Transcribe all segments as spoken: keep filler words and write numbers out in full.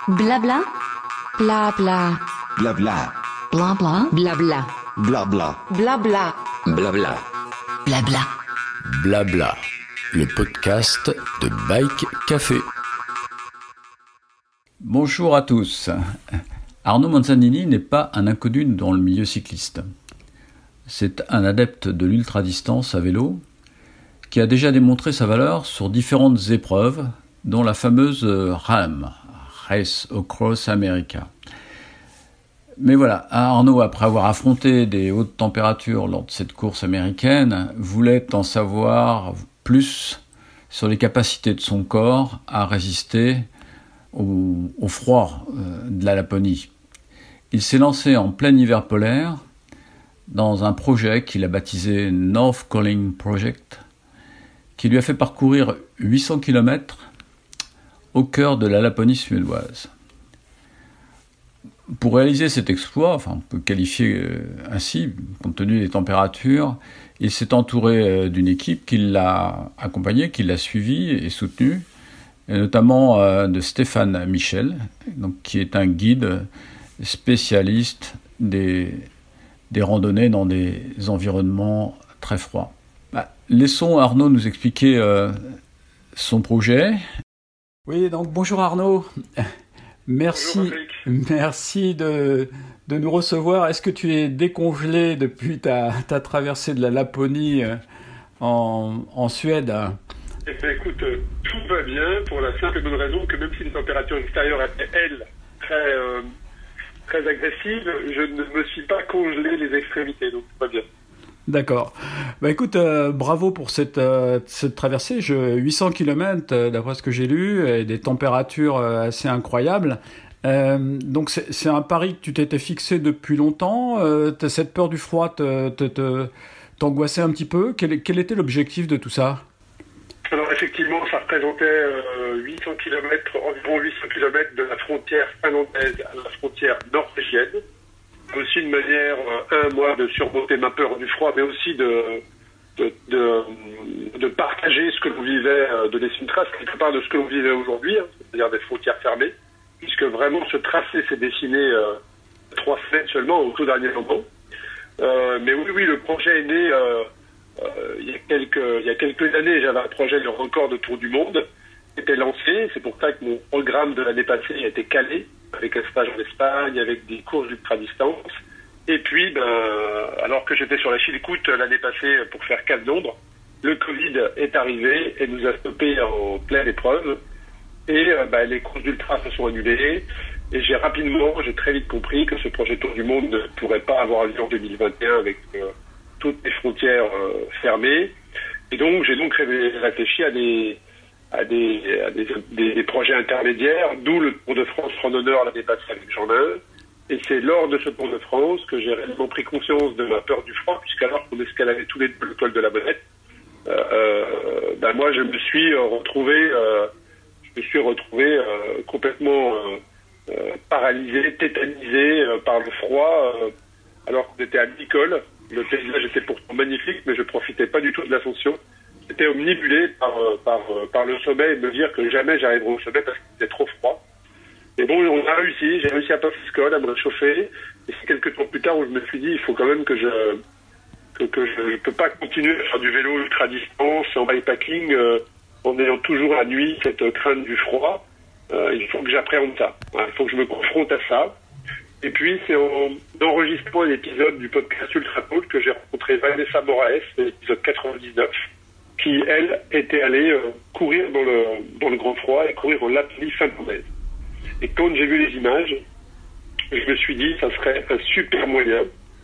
Blabla. Blabla. Blabla. Blabla. Blabla. Blabla. Blabla. Blabla. Blabla. Blabla, le podcast de Bike Café. Bonjour à tous. Arnaud Manzanini n'est pas un inconnu dans le milieu cycliste. C'est un adepte de l'ultra-distance à vélo qui a déjà démontré sa valeur sur différentes épreuves, dont la fameuse R A M, Race Across America. Mais voilà, Arnaud, après avoir affronté des hautes températures lors de cette course américaine, voulait en savoir plus sur les capacités de son corps à résister au, au froid de la Laponie. Il s'est lancé en plein hiver polaire dans un projet qu'il a baptisé North Calling Project, qui lui a fait parcourir huit cents kilomètres au cœur de la Laponie suédoise. Pour réaliser cet exploit, enfin on peut qualifier ainsi, compte tenu des températures, il s'est entouré d'une équipe qui l'a accompagné, qui l'a suivi et soutenu, et notamment de Stéphane Michel, donc, qui est un guide spécialiste des, des randonnées dans des environnements très froids. Bah, laissons Arnaud nous expliquer euh, son projet. Oui, donc bonjour Arnaud. Merci, bonjour merci de, de nous recevoir. Est-ce que tu es décongelé depuis ta, ta traversée de la Laponie en, en Suède? Eh bien, écoute, tout va bien pour la simple et bonne raison que même si les températures extérieures étaient, elles, très, euh, très agressives, je ne me suis pas congelé les extrémités, donc tout va bien. D'accord. Bah écoute, euh, bravo pour cette, euh, cette traversée. Je, huit cents kilomètres, euh, d'après ce que j'ai lu, et des températures euh, assez incroyables. Euh, donc c'est, c'est un pari que tu t'étais fixé depuis longtemps. Euh, t'as cette peur du froid te, te, te, t'angoissait un petit peu. Quel, quel était l'objectif de tout ça? Alors effectivement, ça représentait euh, huit cents kilomètres, environ huit cents kilomètres de la frontière finlandaise à la frontière norvégienne. Aussi une manière, euh, un, moi, de surmonter ma peur du froid, mais aussi de, de, de, de partager ce que l'on vivait, euh, de laisser une trace quelque part de ce que l'on vivait aujourd'hui, hein, c'est-à-dire des frontières fermées, puisque vraiment ce tracé s'est dessiné euh, trois semaines seulement, au tout dernier moment. Euh, mais oui, oui, le projet est né euh, euh, il, y a quelques, il y a quelques années. J'avais un projet de record de tour du monde qui était lancé. C'est pour ça que mon programme de l'année passée a été calé, avec un stage en Espagne, avec des courses d'ultra-distance. Et puis, ben, alors que j'étais sur la Chilcoot l'année passée pour faire quatre Londres, le Covid est arrivé et nous a stoppés en pleine épreuve. Et ben, les courses d'ultra se sont annulées. Et j'ai rapidement, j'ai très vite compris que ce projet Tour du Monde ne pourrait pas avoir lieu en deux mille vingt et un avec euh, toutes les frontières euh, fermées. Et donc, j'ai donc réfléchi à des... à, des, à des, des, des projets intermédiaires, d'où le Tour de France randonneur l'année passée avec Jean-Lin. Et c'est lors de ce Tour de France que j'ai réellement pris conscience de ma peur du froid, puisqu'alors qu'on escaladait tous les deux le col de la Bonnette, euh, euh, ben moi je me suis retrouvé, euh, je me suis retrouvé euh, complètement euh, euh, paralysé, tétanisé euh, par le froid, euh, alors qu'on était à mi-col. Le paysage était pourtant magnifique, mais je profitais pas du tout de l'ascension. J'étais omnibulé par, par, par le sommet et me dire que jamais j'arriverai au sommet parce qu'il était trop froid. Et bon, on a réussi, j'ai réussi à passer ce col, à me réchauffer. Et c'est quelques temps plus tard où je me suis dit, il faut quand même que je que, que je ne peux pas continuer à faire du vélo ultra-distance, en bikepacking, euh, en ayant toujours la nuit cette crainte du froid. Euh, il faut que j'appréhende ça. Voilà, il faut que je me confronte à ça. Et puis, c'est en enregistrant un épisode du podcast Ultra Talk que j'ai rencontré Vanessa Moraes, l'épisode quatre-vingt-dix-neuf. Qui, elle, était allée euh, courir dans le, dans le grand froid et courir en Laponie finlandaise. Et quand j'ai vu les images, je me suis dit ça serait un super moyen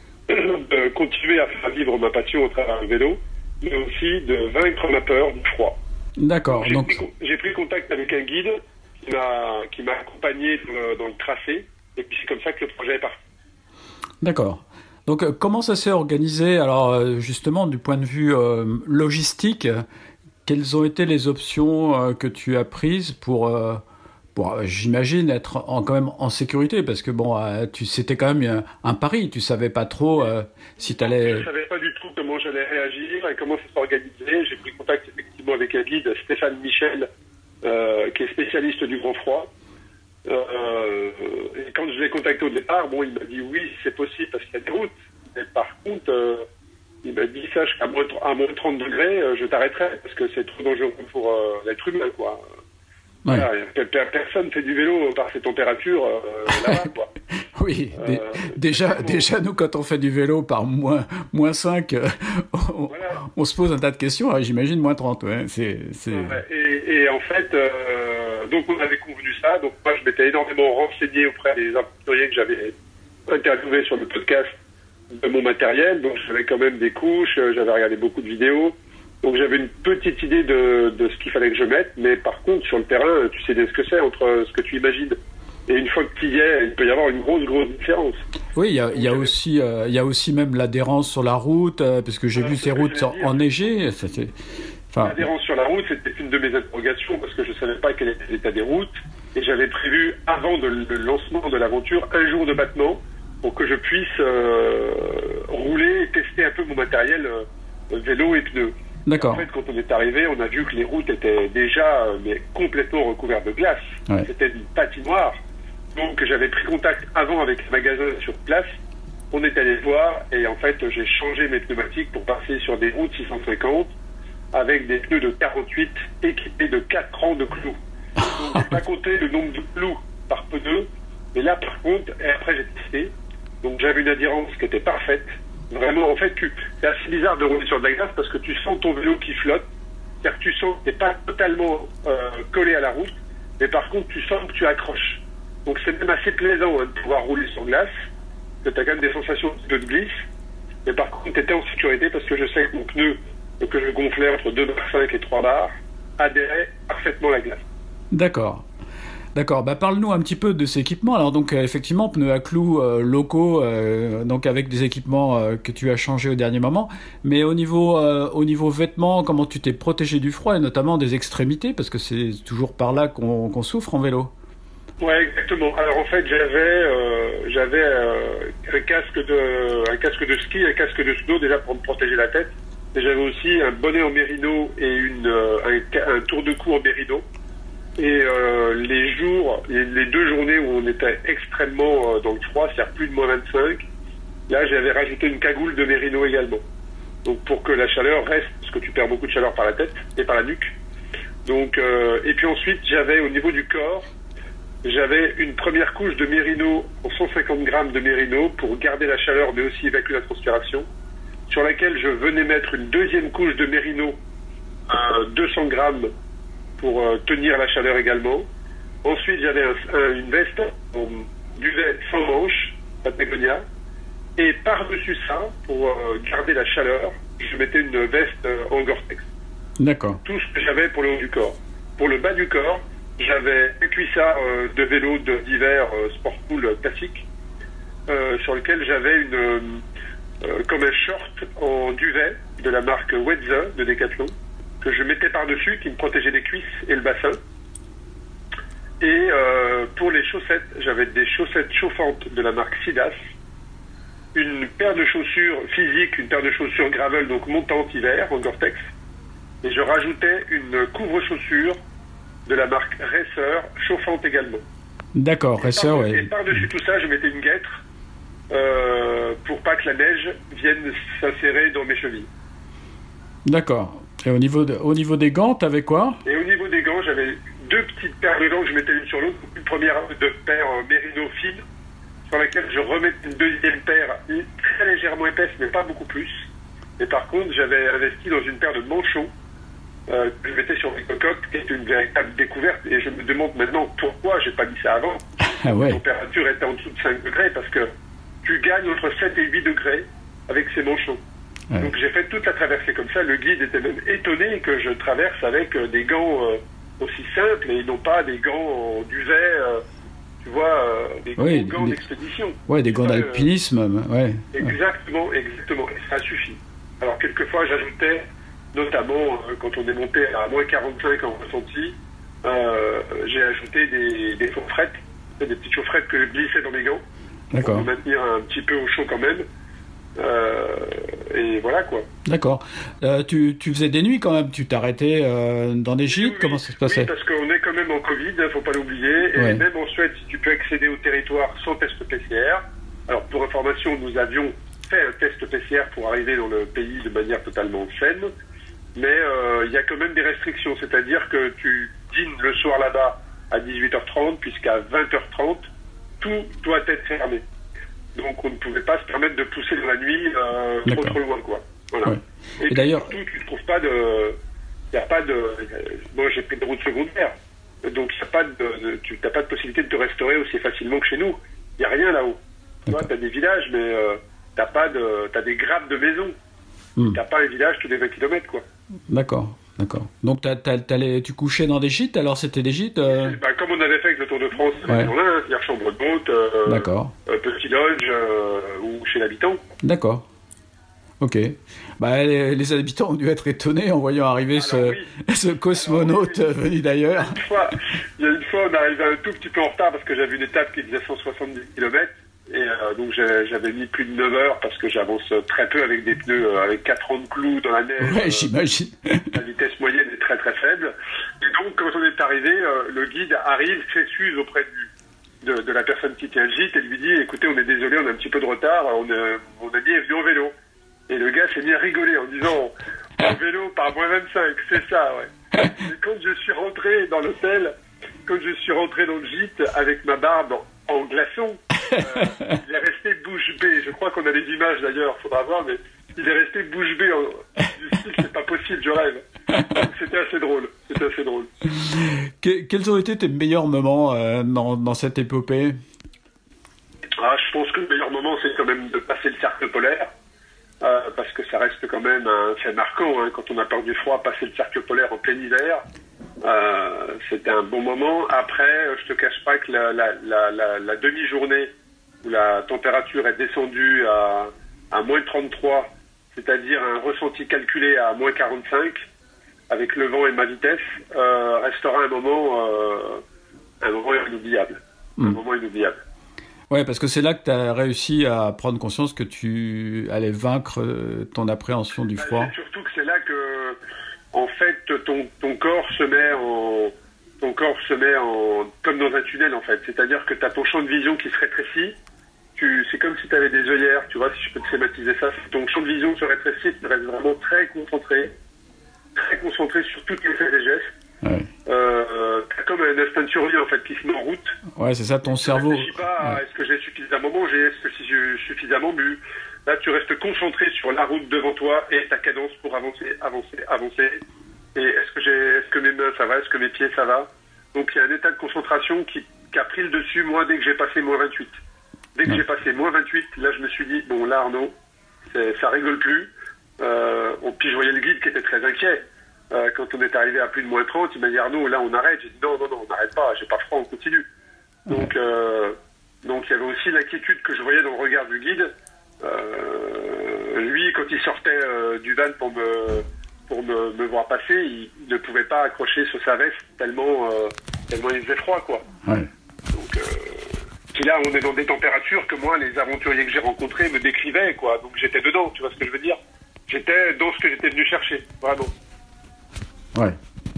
de continuer à faire vivre ma passion au travers du vélo, mais aussi de vaincre ma peur du froid. D'accord. J'ai, donc... pris, j'ai pris contact avec un guide qui m'a, qui m'a accompagné dans le, dans le tracé, et puis c'est comme ça que le projet est parti. D'accord. Donc, euh, comment ça s'est organisé? Alors, euh, justement, du point de vue euh, logistique, quelles ont été les options euh, que tu as prises pour, euh, pour euh, j'imagine, être en, quand même en sécurité? Parce que, bon, euh, tu, c'était quand même un, un pari. Tu savais pas trop euh, si tu allais... Je ne savais pas du tout comment j'allais réagir et comment ça s'organisait. J'ai pris contact effectivement avec un guide, Stéphane Michel, euh, qui est spécialiste du grand froid. Euh, l'ai contacté au départ, bon, il m'a dit oui, c'est possible parce qu'il y a des routes. Mais par contre, euh, il m'a dit ça, à moins, à moins trente degrés, euh, je t'arrêterai parce que c'est trop dangereux pour euh, l'être humain, quoi. Ouais. Voilà, personne fait du vélo par ces températures euh, là-bas, quoi. Oui, Euh, dé- déjà, bon. déjà, nous, quand on fait du vélo par moins, moins cinq, euh, on, Voilà. on se pose un tas de questions. Alors, j'imagine moins trente, ouais. C'est, c'est... Ouais, et, et en fait, euh, donc on avait convenu ça. Donc moi, je m'étais énormément renseigné auprès des aventuriers que j'avais interviewés sur le podcast de mon matériel. Donc j'avais quand même des couches, euh, j'avais regardé beaucoup de vidéos. Donc j'avais une petite idée de, de ce qu'il fallait que je mette. Mais par contre, sur le terrain, tu sais bien ce que c'est entre ce que tu imagines. Et une fois que tu y es, il peut y avoir une grosse, grosse différence. Oui, il y a, il y a aussi, euh, il y a aussi même l'adhérence sur la route, euh, parce que j'ai Alors, vu c'est ces ce que routes je vais dire. enneigées. Ça, c'est... Enfin, L'adhérence sur la route, c'était une de mes interrogations parce que je ne savais pas quel était l'état des routes. Et j'avais prévu, avant de, le lancement de l'aventure, un jour de battement pour que je puisse euh, rouler et tester un peu mon matériel euh, vélo et pneus. d'accord. En fait, quand on est arrivé, on a vu que les routes étaient déjà euh, mais complètement recouvertes de glace. Ouais. C'était une patinoire. Donc j'avais pris contact avant avec le magasin sur place. On est allé voir et en fait j'ai changé mes pneumatiques pour passer sur des routes six cent cinquante avec des pneus de quarante-huit équipés de quatre rangs de clous. Donc j'ai pas compté le nombre de clous par pneu, mais là par contre, et après j'ai testé, donc j'avais une adhérence qui était parfaite. Vraiment, en fait, tu, c'est assez bizarre de rouler sur de la glace parce que tu sens ton vélo qui flotte, c'est-à-dire que tu sens que t'es pas totalement euh, collé à la route, mais par contre tu sens que tu accroches. Donc c'est même assez plaisant hein, de pouvoir rouler sur glace, que tu as quand même des sensations de glisse, mais par contre tu étais en sécurité parce que je sais que mon pneu, que je gonflais entre deux barres cinq et trois barres, adhérait parfaitement à la glace. D'accord. D'accord. Bah, parle-nous un petit peu de ces équipements. Alors, donc, euh, effectivement, pneus à clous euh, locaux, euh, donc avec des équipements euh, que tu as changés au dernier moment. Mais au niveau, euh, au niveau vêtements, comment tu t'es protégé du froid et notamment des extrémités, parce que c'est toujours par là qu'on, qu'on souffre en vélo. Ouais, exactement. Alors en fait, j'avais, euh, j'avais euh, un casque de, un casque de ski, un casque de snow déjà pour me protéger la tête. Et j'avais aussi un bonnet en mérino et une, euh, un, un tour de cou en mérino. Et euh, les jours, les, les deux journées où on était extrêmement euh, dans le froid, c'est-à-dire plus de moins vingt-cinq, là j'avais rajouté une cagoule de mérino également. Donc pour que la chaleur reste, parce que tu perds beaucoup de chaleur par la tête et par la nuque. Donc euh, et puis ensuite j'avais au niveau du corps, j'avais une première couche de mérino en cent cinquante grammes de mérino pour garder la chaleur mais aussi évacuer la transpiration, sur laquelle je venais mettre une deuxième couche de mérino à deux cents grammes pour euh, tenir la chaleur également. Ensuite, j'avais un, un, une veste en duvet sans manches, Patagonia. Et par-dessus ça, pour euh, garder la chaleur, je mettais une veste euh, en Gore-Tex. D'accord. Tout ce que j'avais pour le haut du corps. Pour le bas du corps, j'avais un cuissard euh, de vélo de, d'hiver euh, Sportpool classique, euh, sur lequel j'avais une euh, euh, comme un short en duvet de la marque Wedze de Decathlon, que je mettais par-dessus, qui me protégeait les cuisses et le bassin. Et euh, pour les chaussettes, j'avais des chaussettes chauffantes de la marque Sidas, une paire de chaussures physiques, une paire de chaussures gravel, donc montante hiver, en Gore-Tex, et je rajoutais une couvre-chaussure de la marque Racer, chauffante également. D'accord, Racer, ouais. Et ouais. par-dessus tout ça, je mettais une guêtre euh, pour pas que la neige vienne s'insérer dans mes chevilles. D'accord. Et au niveau, de, au niveau des gants, t'avais quoi? Et au niveau des gants, j'avais deux petites paires de gants que je mettais l'une sur l'autre. Une première de paire mérino fine, sur laquelle je remettais une deuxième paire très légèrement épaisse, mais pas beaucoup plus. Et par contre, j'avais investi dans une paire de manchots euh, que je mettais sur mes cocottes, qui était une véritable découverte. Et je me demande maintenant pourquoi j'ai pas mis ça avant. Ah ouais. La température était en dessous de cinq degrés, parce que tu gagnes entre sept et huit degrés avec ces manchots. Ouais. Donc j'ai fait toute la traversée comme ça. Le guide était même étonné que je traverse avec euh, des gants euh, aussi simples et non pas des gants en duvet, euh, tu vois, euh, des oui, gants des, d'expédition. Ouais, des gants pas, d'alpinisme, euh, ouais. Exactement, exactement. Et ça suffit. Alors quelquefois j'ajoutais, notamment euh, quand on est monté à moins quarante-cinq en ressenti, euh, j'ai ajouté des, des chaufferettes, des petites chaufferettes que je glissais dans mes gants, D'accord. pour me maintenir un petit peu au chaud quand même. Euh, et voilà quoi. D'accord. Euh, tu, tu faisais des nuits quand même, tu t'arrêtais euh, dans des gîtes, oui, comment ça se passait? Oui, parce qu'on est quand même en Covid, il ne faut pas l'oublier, et ouais. même en Suède, si tu peux accéder au territoire sans test P C R, alors pour information, nous avions fait un test P C R pour arriver dans le pays de manière totalement saine, mais euh, il y a quand même des restrictions, c'est-à-dire que tu dînes le soir là-bas à dix-huit heures trente, puisqu'à vingt heures trente, tout doit être fermé. Donc on ne pouvait pas se permettre de pousser dans la nuit euh, trop trop loin, quoi. Voilà. Ouais. Et, Et puis, d'ailleurs, surtout, tu ne trouves pas de, il y a pas de, moi j'ai pris de route secondaire, donc il y a pas de, de tu n'as pas de possibilité de te restaurer aussi facilement que chez nous. Il y a rien là-haut. Tu vois, t'as des villages, mais euh, t'as pas de, t'as des grappes de maisons. Hmm. T'as pas un village tous les vingt kilomètres, quoi. D'accord. D'accord. Donc t'as, t'as, t'allais, tu couchais dans des gîtes, alors c'était des gîtes euh... bah, comme on avait fait avec le Tour de France, ouais. Là, hein, c'est-à-dire chambre de boat, euh, D'accord. Euh, petit lodge euh, ou chez l'habitant. D'accord. Ok. Bah, les, les habitants ont dû être étonnés en voyant arriver alors, ce, oui. ce cosmonaute alors, oui, oui. venu d'ailleurs. Une fois, il y a une fois, on arrivait un tout petit peu en retard parce que j'avais une étape qui faisait cent soixante-dix kilomètres. Et euh, donc j'avais mis plus de neuf heures parce que j'avance très peu avec des pneus euh, avec quatre ans de clous dans la neige. Ouais, j'imagine. Euh, la vitesse moyenne est très très faible. Et donc quand on est arrivé, euh, le guide arrive, s'excuse auprès du, de, de la personne qui tient le gîte et lui dit écoutez, on est désolé, on a un petit peu de retard, on, a, on a dit est venu en vélo. Et le gars s'est mis à rigoler en disant en vélo par moins vingt-cinq, c'est ça, ouais. Et quand je suis rentré dans l'hôtel, quand je suis rentré dans le gîte avec ma barbe en, en glaçon, euh, il est resté bouche bée. Je crois qu'on a des images d'ailleurs, faudra voir, mais il est resté bouche bée. En, du style, c'est pas possible, je rêve. Donc, c'était assez drôle. C'était assez drôle. Que, quels ont été tes meilleurs moments euh, dans, dans cette épopée? Ah, je pense que le meilleur moment, c'est quand même de passer le cercle polaire. Euh, parce que ça reste quand même un fait marquant, hein, quand on a peur du froid, passer le cercle polaire en plein hiver, euh, c'était un bon moment. Après, je te cache pas que la, la, la, la, la demi-journée où la température est descendue à, à moins trente-trois, c'est-à-dire un ressenti calculé à moins quarante-cinq, avec le vent et ma vitesse, euh, restera un moment, euh, un moment inoubliable. Mmh. Un moment inoubliable. Ouais, parce que c'est là que tu as réussi à prendre conscience que tu allais vaincre ton appréhension du froid. Bah, surtout que c'est là que, en fait, ton, ton corps se met en, ton corps se met en, comme dans un tunnel, en fait. C'est-à-dire que tu as ton champ de vision qui se rétrécit. Tu, c'est comme si tu avais des œillères, tu vois, si je peux te schématiser ça. Si ton champ de vision se rétrécit, tu restes vraiment très concentré, très concentré sur toutes les faits et gestes. Ouais. Euh, t'as comme un instinct de survie en fait qui se met en route. Ouais, c'est ça, ton tu cerveau. Tu réfléchis pas à ouais. est-ce que j'ai suffisamment mangé, est-ce que si j'ai suffisamment bu. Là, tu restes concentré sur la route devant toi et ta cadence pour avancer, avancer, avancer. Et est-ce que j'ai, est-ce que mes mains ça va, est-ce que mes pieds ça va. Donc il y a un état de concentration qui, qui a pris le dessus. Moi, dès que j'ai passé moins vingt-huit, dès que ouais. j'ai passé moins vingt-huit, là, je me suis dit bon, là, Arnaud, c'est, ça rigole plus. Euh, puis je voyais le guide qui était très inquiet. Euh, quand on est arrivé à plus de moins trente, il m'a dit Arnaud, là on arrête. J'ai dit non, non, non, on n'arrête pas, j'ai pas froid, on continue. Donc, euh, donc il y avait aussi l'inquiétude que je voyais dans le regard du guide. Euh, lui, quand il sortait euh, du van pour me, pour me, me voir passer, il, il ne pouvait pas accrocher sur sa veste tellement, euh, tellement il faisait froid, quoi. Ouais. Donc, euh, puis là, on est dans des températures que moi, les aventuriers que j'ai rencontrés me décrivaient, quoi. Donc j'étais dedans, tu vois ce que je veux dire. J'étais dans ce que j'étais venu chercher, vraiment. Ouais.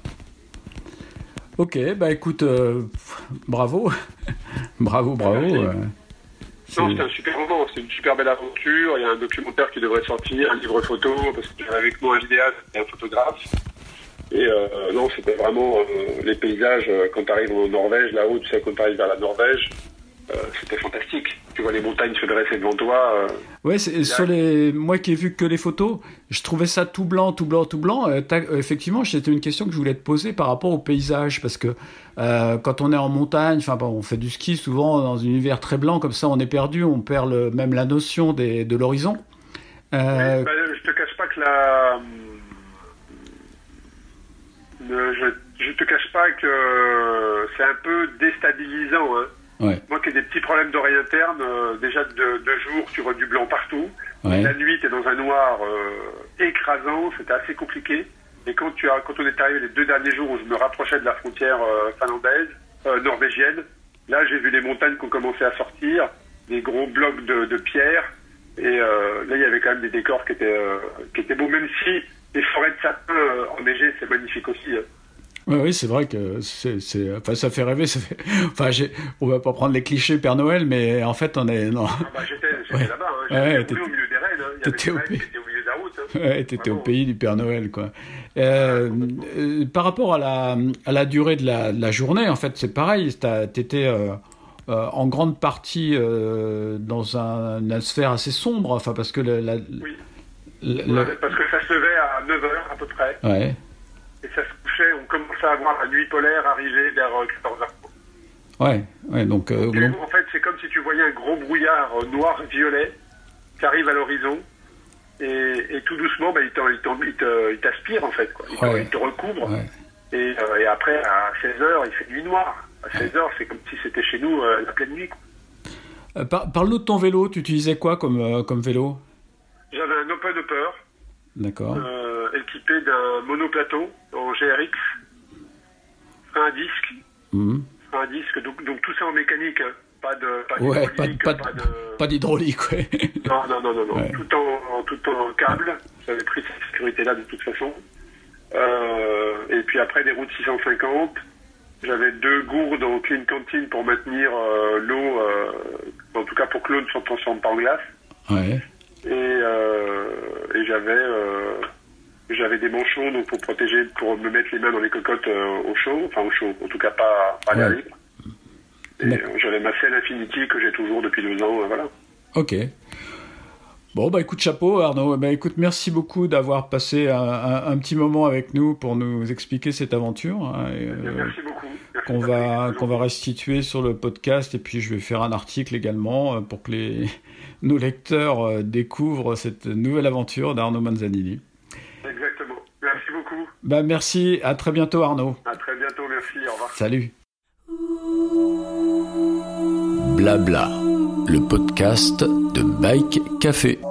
Ok, bah écoute, euh, bravo, bravo, bravo. Euh, non, c'était un super moment, c'est une super belle aventure. Il y a un documentaire qui devrait sortir, un livre photo, parce que j'avais avec moi un vidéaste et un photographe. Et euh, non, c'était vraiment euh, les paysages, euh, quand tu arrives en Norvège, là-haut, tu sais, quand tu arrives vers la Norvège, euh, c'était fantastique. Tu vois les montagnes se dresser devant toi. Euh, ouais, c'est, sur les, moi qui ai vu que les photos, je trouvais ça tout blanc, tout blanc, tout blanc. Euh, euh, effectivement, c'était une question que je voulais te poser par rapport au paysage, parce que euh, quand on est en montagne, enfin, bon, on fait du ski souvent dans un univers très blanc, comme ça, on est perdu, on perd le, même la notion des, de l'horizon. Euh... Oui, bah, je te cache pas que la, je, je te cache pas que c'est un peu déstabilisant, hein. Ouais. Moi qui ai des petits problèmes d'oreille interne, euh, déjà de, de jour tu vois du blanc partout, ouais. La nuit t'es dans un noir euh, écrasant, c'était assez compliqué. Et quand tu as, quand on est arrivé les deux derniers jours où je me rapprochais de la frontière euh, finlandaise, euh, norvégienne, là j'ai vu les montagnes qui ont commencé à sortir, des gros blocs de, de pierre, Et euh, là, il y avait quand même des décors qui étaient, euh, qui étaient beaux, même si les forêts de sapins euh, enneigées, c'est magnifique aussi. Hein. Oui, oui, c'est vrai que c'est, c'est, enfin, ça fait rêver. Ça fait, enfin, j'ai, on va pas prendre les clichés Père Noël, mais en fait, on est. Non. Ah bah, j'étais, j'étais ouais. là-bas, hein. J'étais ouais, au milieu des rennes. Hein. Il y t'étais avait au, des rennes qui étaient au milieu de la route. Hein. Ouais, t'étais Vraiment. au pays du Père Noël, quoi. Euh, euh, par rapport à la, à la durée de la, de la journée, en fait, c'est pareil. T'étais euh, euh, en grande partie euh, dans un, une sphère assez sombre, enfin, parce que la. la oui. la, ouais, la... Parce que ça se levait à neuf heures à peu près. Ouais. Et ça se couchait, on commençait à voir la nuit polaire arriver vers quatorze heures. Ouais, ouais, donc... Euh, donc, en fait, c'est comme si tu voyais un gros brouillard euh, noir-violet qui arrive à l'horizon, et, et tout doucement, bah, il, t'en, il, t'en, il, te, il t'aspire, en fait. Quoi. Il, ouais. te, il te recouvre, ouais. et, euh, et après, à seize heures, il fait nuit noire. À seize heures, c'est comme si c'était chez nous euh, la pleine nuit. Quoi. Euh, par, parle-nous de ton vélo, tu utilisais quoi comme, euh, comme vélo? J'avais un Open Upper. D'accord. Euh, équipé d'un monoplateau en G R X, frein à disque, mmh. frein à disque, donc, donc tout ça en mécanique, hein. pas de pas ouais, d'hydraulique, pas, pas, pas, de... pas d'hydraulique, ouais. Non, non, non, non, non. Ouais. tout en tout en câble. J'avais pris cette sécurité-là de toute façon. Euh, et puis après des routes six cent cinquante, j'avais deux gourdes en clean cantine pour maintenir euh, l'eau, euh, en tout cas pour que l'eau ne se transforme pas en glace. Ouais. Et, euh, et j'avais euh, j'avais des manchons donc pour protéger, pour me mettre les mains dans les cocottes euh, au chaud, enfin au chaud, en tout cas pas pas à l'air libre. Et Mais... euh, j'avais ma selle Infinity que j'ai toujours depuis deux ans, euh, voilà. Ok. Bon bah écoute, chapeau Arnaud. Bah écoute, merci beaucoup d'avoir passé un, un, un petit moment avec nous pour nous expliquer cette aventure. Hein, et, euh, merci beaucoup. Merci qu'on va qu'on va restituer sur le podcast, et puis je vais faire un article également pour que les nos lecteurs découvrent cette nouvelle aventure d'Arnaud Manzanini. Exactement. Merci beaucoup. Bah merci, à très bientôt Arnaud. À très bientôt, merci, au revoir. Salut. Blabla, le podcast de Bike Café.